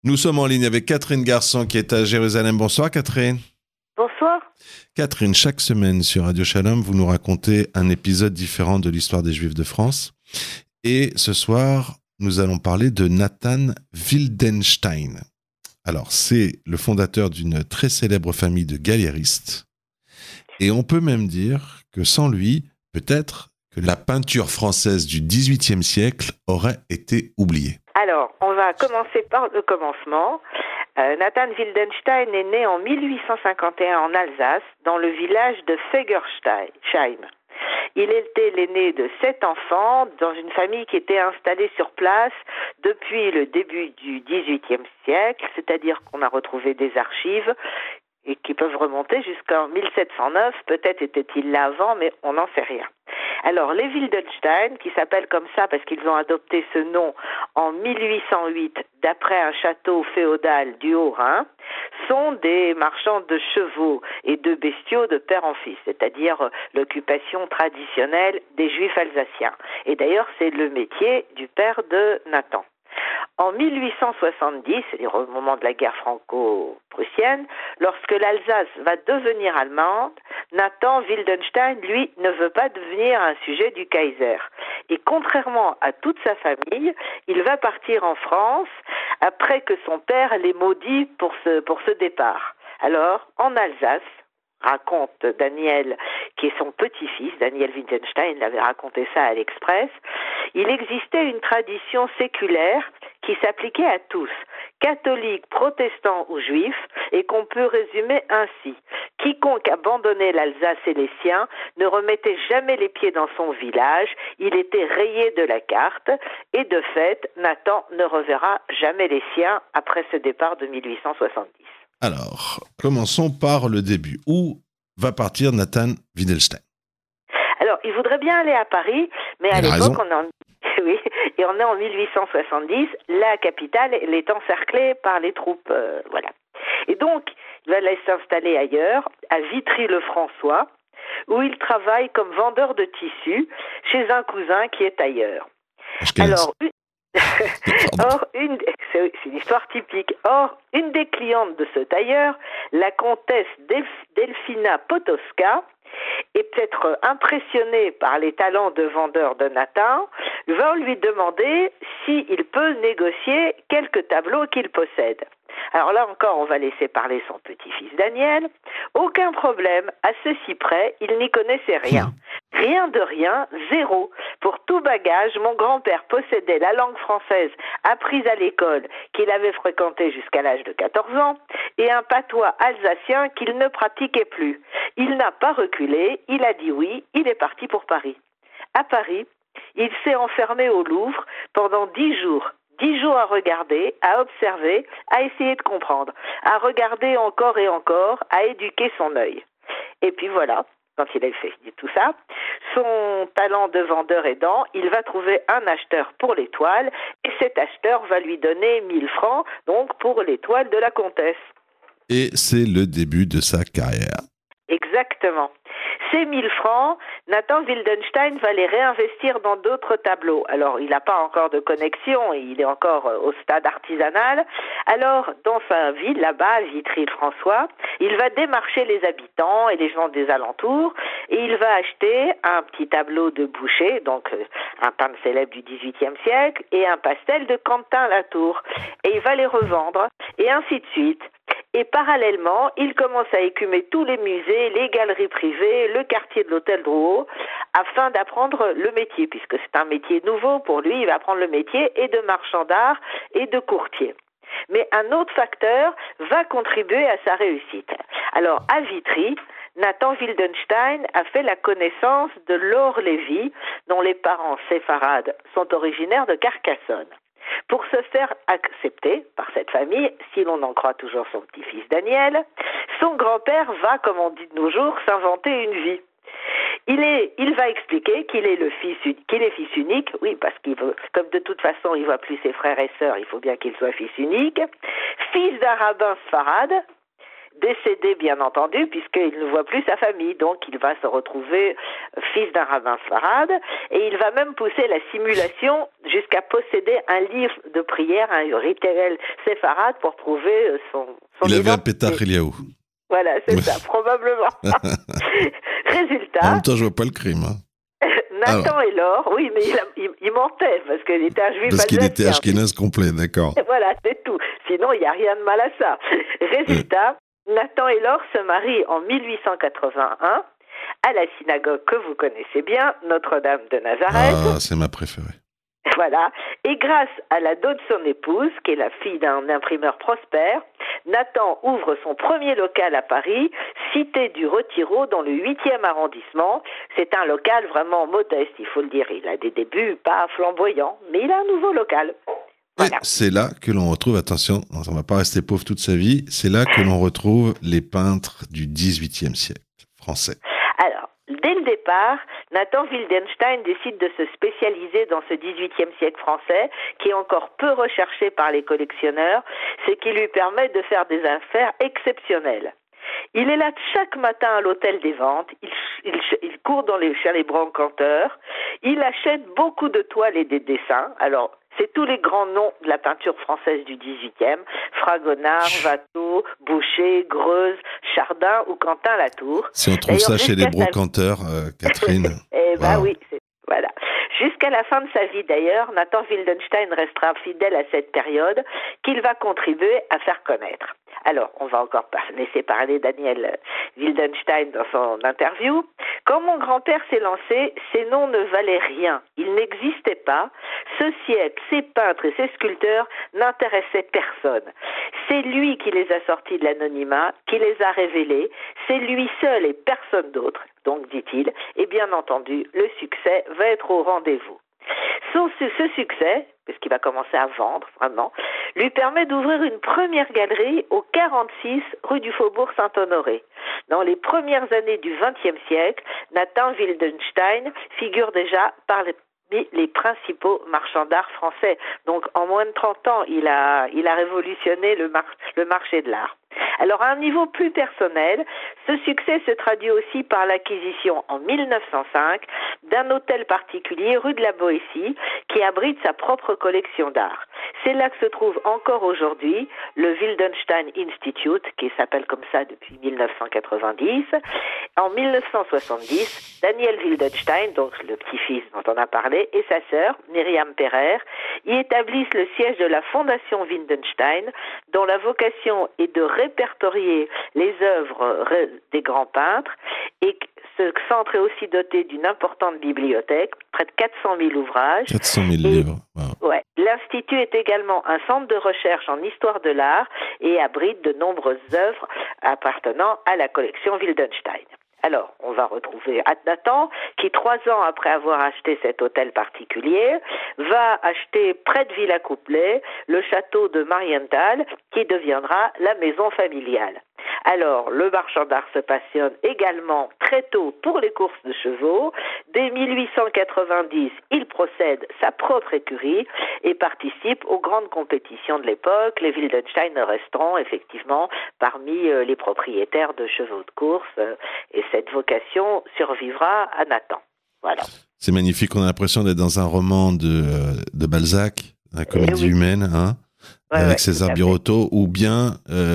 Nous sommes en ligne avec Catherine Garçon qui est à Jérusalem. Bonsoir Catherine. Bonsoir. Catherine, chaque semaine sur Radio Shalom, vous nous racontez un épisode différent de l'histoire des Juifs de France. Et ce soir, nous allons parler de Nathan Wildenstein. Alors, c'est le fondateur d'une très célèbre famille de galéristes. Et on peut même dire que sans lui, peut-être que la peinture française du XVIIIe siècle aurait été oubliée. Alors, on va commencer par le commencement. Nathan Wildenstein est né en 1851 en Alsace, dans le village de Fegersheim. Il était l'aîné de 7 enfants dans une famille qui était installée sur place depuis le début du XVIIIe siècle, c'est-à-dire qu'on a retrouvé des archives et qui peuvent remonter jusqu'en 1709. Peut-être était-il là avant, mais on n'en sait rien. Alors, les Wildenstein, qui s'appellent comme ça parce qu'ils ont adopté ce nom en 1808 d'après un château féodal du Haut-Rhin, sont des marchands de chevaux et de bestiaux de père en fils, c'est-à-dire l'occupation traditionnelle des Juifs alsaciens. Et d'ailleurs, c'est le métier du père de Nathan. En 1870, c'est-à-dire au moment de la guerre franco-prussienne, lorsque l'Alsace va devenir allemande, Nathan Wildenstein, lui, ne veut pas devenir un sujet du Kaiser. Et contrairement à toute sa famille, il va partir en France après que son père l'ait maudit pour ce départ. Alors, en Alsace, raconte Daniel, qui est son petit-fils, Daniel Wildenstein, il avait raconté ça à l'Express, il existait une tradition séculaire qui s'appliquait à tous, catholiques, protestants ou juifs, et qu'on peut résumer ainsi. Quiconque abandonnait l'Alsace et les siens ne remettait jamais les pieds dans son village, il était rayé de la carte, et de fait, Nathan ne reverra jamais les siens après ce départ de 1870. Alors, commençons par le début. Où va partir Nathan Wildenstein? Alors, il voudrait bien aller à Paris, mais à l'époque, oui, et on est en 1870, la capitale, elle est encerclée par les troupes, voilà. Et donc, il va aller s'installer ailleurs, à Vitry-le-François, où il travaille comme vendeur de tissus chez un cousin qui est ailleurs. Alors, c'est une histoire typique. Or, une des clientes de ce tailleur, la comtesse Delphina Potocka, et peut-être impressionné par les talents de vendeur de Nathan, va lui demander s'il peut négocier quelques tableaux qu'il possède. Alors là encore, on va laisser parler son petit-fils Daniel. Aucun problème, à ceci près, il n'y connaissait rien. Rien de rien, zéro. Pour tout bagage, mon grand-père possédait la langue française apprise à l'école qu'il avait fréquentée jusqu'à l'âge de 14 ans et un patois alsacien qu'il ne pratiquait plus. Il n'a pas reculé, il a dit oui, il est parti pour Paris. À Paris, il s'est enfermé au Louvre pendant 10 jours. 10 jours à regarder, à observer, à essayer de comprendre, à regarder encore et encore, à éduquer son œil. Et puis voilà, quand il a fait tout ça, son talent de vendeur aidant, il va trouver un acheteur pour les toiles, et cet acheteur va lui donner 1000 francs, donc pour les toiles de la comtesse. Et c'est le début de sa carrière. Exactement. Ces 1000 francs, Nathan Wildenstein va les réinvestir dans d'autres tableaux. Alors, il n'a pas encore de connexion, il est encore au stade artisanal. Alors, dans sa ville, là-bas, à Vitry-le-François, il va démarcher les habitants et les gens des alentours, et il va acheter un petit tableau de Boucher, donc un peintre célèbre du XVIIIe siècle, et un pastel de Quentin Latour. Et il va les revendre, et ainsi de suite. Et parallèlement, il commence à écumer tous les musées, les galeries privées, le quartier de l'hôtel Drouot, afin d'apprendre le métier, puisque c'est un métier nouveau pour lui, il va apprendre le métier et de marchand d'art et de courtier. Mais un autre facteur va contribuer à sa réussite. Alors, à Vitry, Nathan Wildenstein a fait la connaissance de Laure Lévy, dont les parents séfarades sont originaires de Carcassonne. Pour se faire accepter par cette famille, si l'on en croit toujours son petit-fils Daniel, son grand-père va, comme on dit de nos jours, s'inventer une vie. Il va expliquer qu'il est fils unique, oui, parce qu'il veut, comme de toute façon il voit plus ses frères et sœurs, il faut bien qu'il soit fils unique, fils d'un rabbin sfarade, décédé bien entendu, puisqu'il ne voit plus sa famille, donc il va se retrouver fils d'un rabbin sfarade, et il va même pousser la simulation jusqu'à posséder un livre de prière, un rituel séfarade, pour prouver son il avait un identité. pétard Eliaou. Voilà, c'est ça, probablement. Résultat. En même temps, je vois pas le crime. Hein. Nathan et Laure, oui, mais il mentait, parce qu'il était un juif parce qu'il alsacien. était ashkénaze complet, d'accord. Voilà, c'est tout. Sinon, il n'y a rien de mal à ça. Résultat, Nathan et Laure se marient en 1881 à la synagogue que vous connaissez bien, Notre-Dame de Nazareth. Ah, c'est ma préférée. Voilà. Et grâce à la dot de son épouse, qui est la fille d'un imprimeur prospère, Nathan ouvre son premier local à Paris, cité du Retiro, dans le 8e arrondissement. C'est un local vraiment modeste, il faut le dire. Il a des débuts pas flamboyants, mais il a un nouveau local. Voilà. C'est là que l'on retrouve, attention, on ne va pas rester pauvre toute sa vie, c'est là que l'on retrouve les peintres du XVIIIe siècle français. Alors, dès le départ, Nathan Wildenstein décide de se spécialiser dans ce XVIIIe siècle français, qui est encore peu recherché par les collectionneurs, ce qui lui permet de faire des affaires exceptionnelles. Il est là chaque matin à l'hôtel des ventes, il court chez les brocanteurs, il achète beaucoup de toiles et des dessins. Alors, c'est tous les grands noms de la peinture française du XVIIIe, Fragonard, Watteau, Boucher, Greuze, Chardin ou Quentin Latour. Si on trouve ça chez les brocanteurs, Catherine. Eh ben oui, voilà. Jusqu'à la fin de sa vie d'ailleurs, Nathan Wildenstein restera fidèle à cette période qu'il va contribuer à faire connaître. Alors, on va encore laisser parler Daniel Wildenstein dans son interview. Quand mon grand-père s'est lancé, ces noms ne valaient rien. Ils n'existaient pas. Ce siècle, ces peintres et ces sculpteurs n'intéressaient personne. C'est lui qui les a sortis de l'anonymat, qui les a révélés. C'est lui seul et personne d'autre. Donc, dit-il, et bien entendu, le succès va être au rendez-vous. Ce succès, puisqu'il va commencer à vendre vraiment, lui permet d'ouvrir une première galerie au 46 rue du Faubourg Saint-Honoré. Dans les premières années du XXe siècle, Nathan Wildenstein figure déjà parmi les principaux marchands d'art français. Donc en moins de 30 ans, il a révolutionné le marché de l'art. Alors à un niveau plus personnel, ce succès se traduit aussi par l'acquisition en 1905 d'un hôtel particulier rue de la Boétie qui abrite sa propre collection d'art. C'est là que se trouve encore aujourd'hui le Wildenstein Institute, qui s'appelle comme ça depuis 1990. En 1970, Daniel Wildenstein, donc le petit-fils dont on a parlé, et sa sœur, Myriam Perrer, y établissent le siège de la Fondation Wildenstein, dont la vocation est de répertorier les œuvres des grands peintres, et ce centre est aussi doté d'une importante bibliothèque, près de 400 000 ouvrages. 400 000 livres. Wow. Ouais. L'Institut est également un centre de recherche en histoire de l'art et abrite de nombreuses œuvres appartenant à la collection Wildenstein. Alors, on va retrouver Nathan, qui 3 ans après avoir acheté cet hôtel particulier, va acheter près de Villa Couplet le château de Marienthal, qui deviendra la maison familiale. Alors, le marchand d'art se passionne également très tôt pour les courses de chevaux. Dès 1890, il procède sa propre écurie et participe aux grandes compétitions de l'époque. Les Wildenstein resteront effectivement parmi les propriétaires de chevaux de course et cette vocation survivra à Nathan. Voilà. C'est magnifique, on a l'impression d'être dans un roman de Balzac, la comédie humaine, hein, avec César Birotteau, ou bien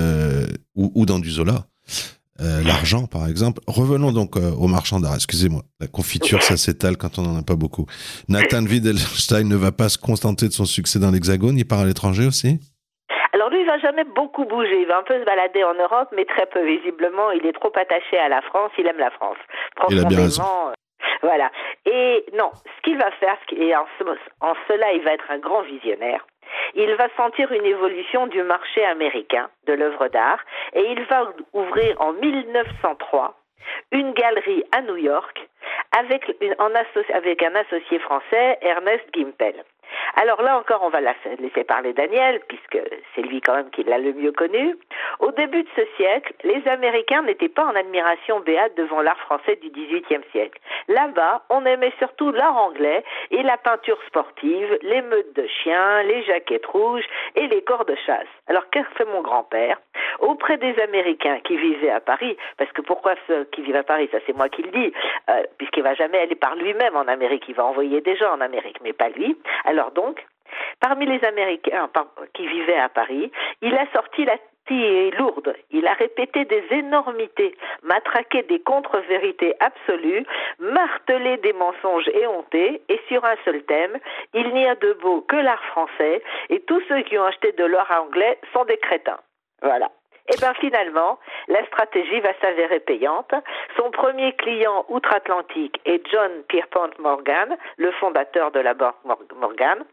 ou dans du Zola. L'argent, par exemple. Revenons donc au marchand d'art. Excusez-moi, la confiture, ça s'étale quand on n'en a pas beaucoup. Nathan Wildenstein ne va pas se contenter de son succès dans l'Hexagone, il part à l'étranger aussi ? Alors lui, il va jamais beaucoup bouger. Il va un peu se balader en Europe, mais très peu. Visiblement, il est trop attaché à la France. Il aime la France. Il a bien raison. Voilà. Et non, ce qu'il va faire, et en cela, il va être un grand visionnaire. Il va sentir une évolution du marché américain de l'œuvre d'art et il va ouvrir en 1903 une galerie à New York avec un associé français, Ernest Gimpel. Alors là encore, on va laisser parler Daniel, puisque c'est lui quand même qui l'a le mieux connu. Au début de ce siècle, les Américains n'étaient pas en admiration béate devant l'art français du XVIIIe siècle. Là-bas, on aimait surtout l'art anglais et la peinture sportive, les meutes de chiens, les jaquettes rouges et les corps de chasse. Alors, qu'a fait mon grand-père? Auprès des Américains qui vivaient à Paris, parce que pourquoi ceux qui vivent à Paris, ça c'est moi qui le dis, puisqu'il va jamais aller par lui-même en Amérique, il va envoyer des gens en Amérique, mais pas lui. Alors donc, parmi les Américains qui vivaient à Paris, il a sorti la est lourde. Il a répété des énormités, matraqué des contre-vérités absolues, martelé des mensonges éhontés, et sur un seul thème, il n'y a de beau que l'art français, et tous ceux qui ont acheté de l'or anglais sont des crétins. Voilà. Et bien finalement, la stratégie va s'avérer payante. Son premier client outre-Atlantique est John Pierpont Morgan, le fondateur de la banque Morgan.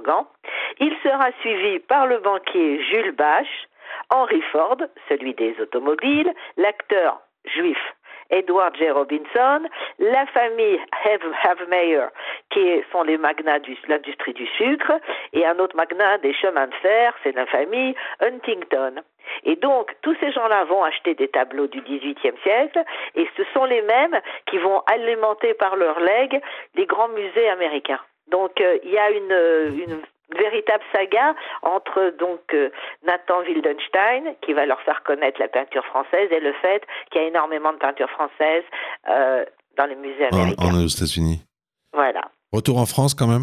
Il sera suivi par le banquier Jules Bache, Henry Ford, celui des automobiles, l'acteur juif Edward J. Robinson, la famille Havemeyer, qui sont les magnats de l'industrie du sucre, et un autre magnat des chemins de fer, c'est la famille Huntington. Et donc, tous ces gens-là vont acheter des tableaux du XVIIIe siècle, et ce sont les mêmes qui vont alimenter par leur legs les grands musées américains. Donc, il y a une véritable saga entre Nathan Wildenstein, qui va leur faire connaître la peinture française, et le fait qu'il y a énormément de peinture française dans les musées américains. Aux États-Unis. Voilà. Retour en France quand même?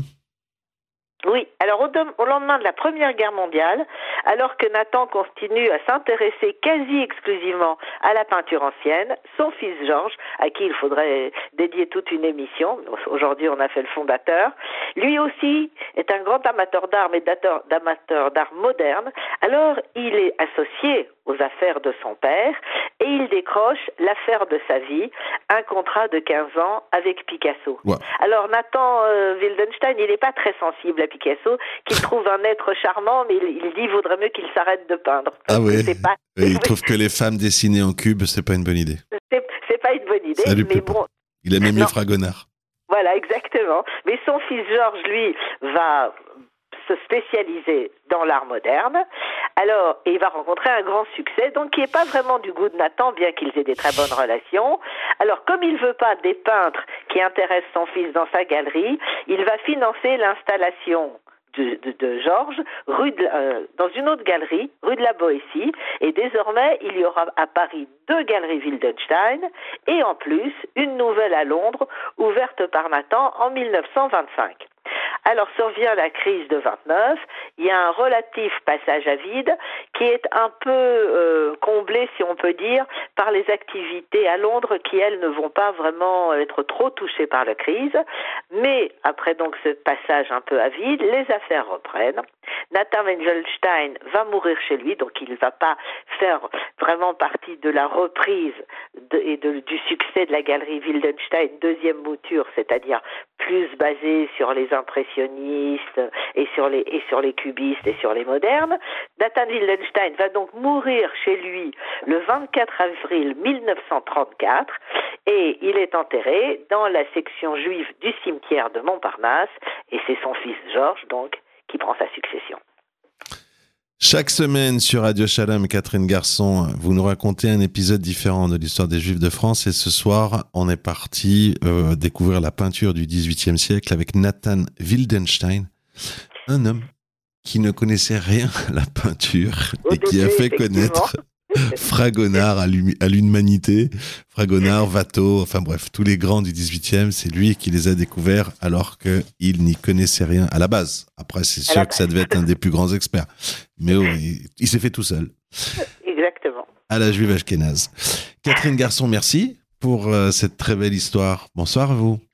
Oui, alors au lendemain de la Première Guerre mondiale, alors que Nathan continue à s'intéresser quasi exclusivement à la peinture ancienne, son fils Georges, à qui il faudrait dédier toute une émission, aujourd'hui on a fait le fondateur, lui aussi est un grand amateur d'art, mais d'amateur d'art moderne, alors il est associé aux affaires de son père et il décroche l'affaire de sa vie, un contrat de 15 ans avec Picasso. Ouais. Alors Nathan Wildenstein, il n'est pas très sensible à Picasso, qu'il trouve un être charmant, mais il dit qu'il vaudrait mieux qu'il s'arrête de peindre. Ah oui, il trouve que les femmes dessinées en cube, c'est pas une bonne idée. C'est pas une bonne idée, mais bon... Il aimait mieux Fragonard. Voilà, exactement. Mais son fils Georges, lui, va se spécialiser dans l'art moderne. Alors, il va rencontrer un grand succès, donc qui n'est pas vraiment du goût de Nathan, bien qu'ils aient des très bonnes relations. Alors, comme il ne veut pas des peintres qui intéressent son fils dans sa galerie, il va financer l'installation de Georges dans une autre galerie, rue de la Boétie, et désormais il y aura à Paris 2 galeries Wildenstein et en plus une nouvelle à Londres ouverte par Nathan en 1925. Alors survient la crise de 29, il y a un relatif passage à vide qui est un peu comblé, si on peut dire, par les activités à Londres qui, elles, ne vont pas vraiment être trop touchées par la crise. Mais après donc ce passage un peu à vide, les affaires reprennent. Nathan Wildenstein va mourir chez lui, donc il ne va pas faire vraiment partie de la reprise du succès de la galerie Wildenstein, deuxième mouture, c'est-à-dire plus basée sur les impressionnistes et sur les cubistes et sur les modernes. Nathan Wildenstein va donc mourir chez lui le 24 avril 1934 et il est enterré dans la section juive du cimetière de Montparnasse et c'est son fils Georges donc qui prend sa succession. Chaque semaine sur Radio Shalom, Catherine Garçon, vous nous racontez un épisode différent de l'histoire des Juifs de France et ce soir, on est parti découvrir la peinture du XVIIIe siècle avec Nathan Wildenstein, un homme qui ne connaissait rien à la peinture et qui a fait connaître Fragonard à l'humanité, Fragonard, Watteau, enfin bref, tous les grands du XVIIIe, c'est lui qui les a découverts alors qu'il n'y connaissait rien à la base. Après, c'est sûr que ça devait être un des plus grands experts. Mais il s'est fait tout seul. Exactement. À la juive ashkénaze. Catherine Garçon, merci pour cette très belle histoire. Bonsoir à vous.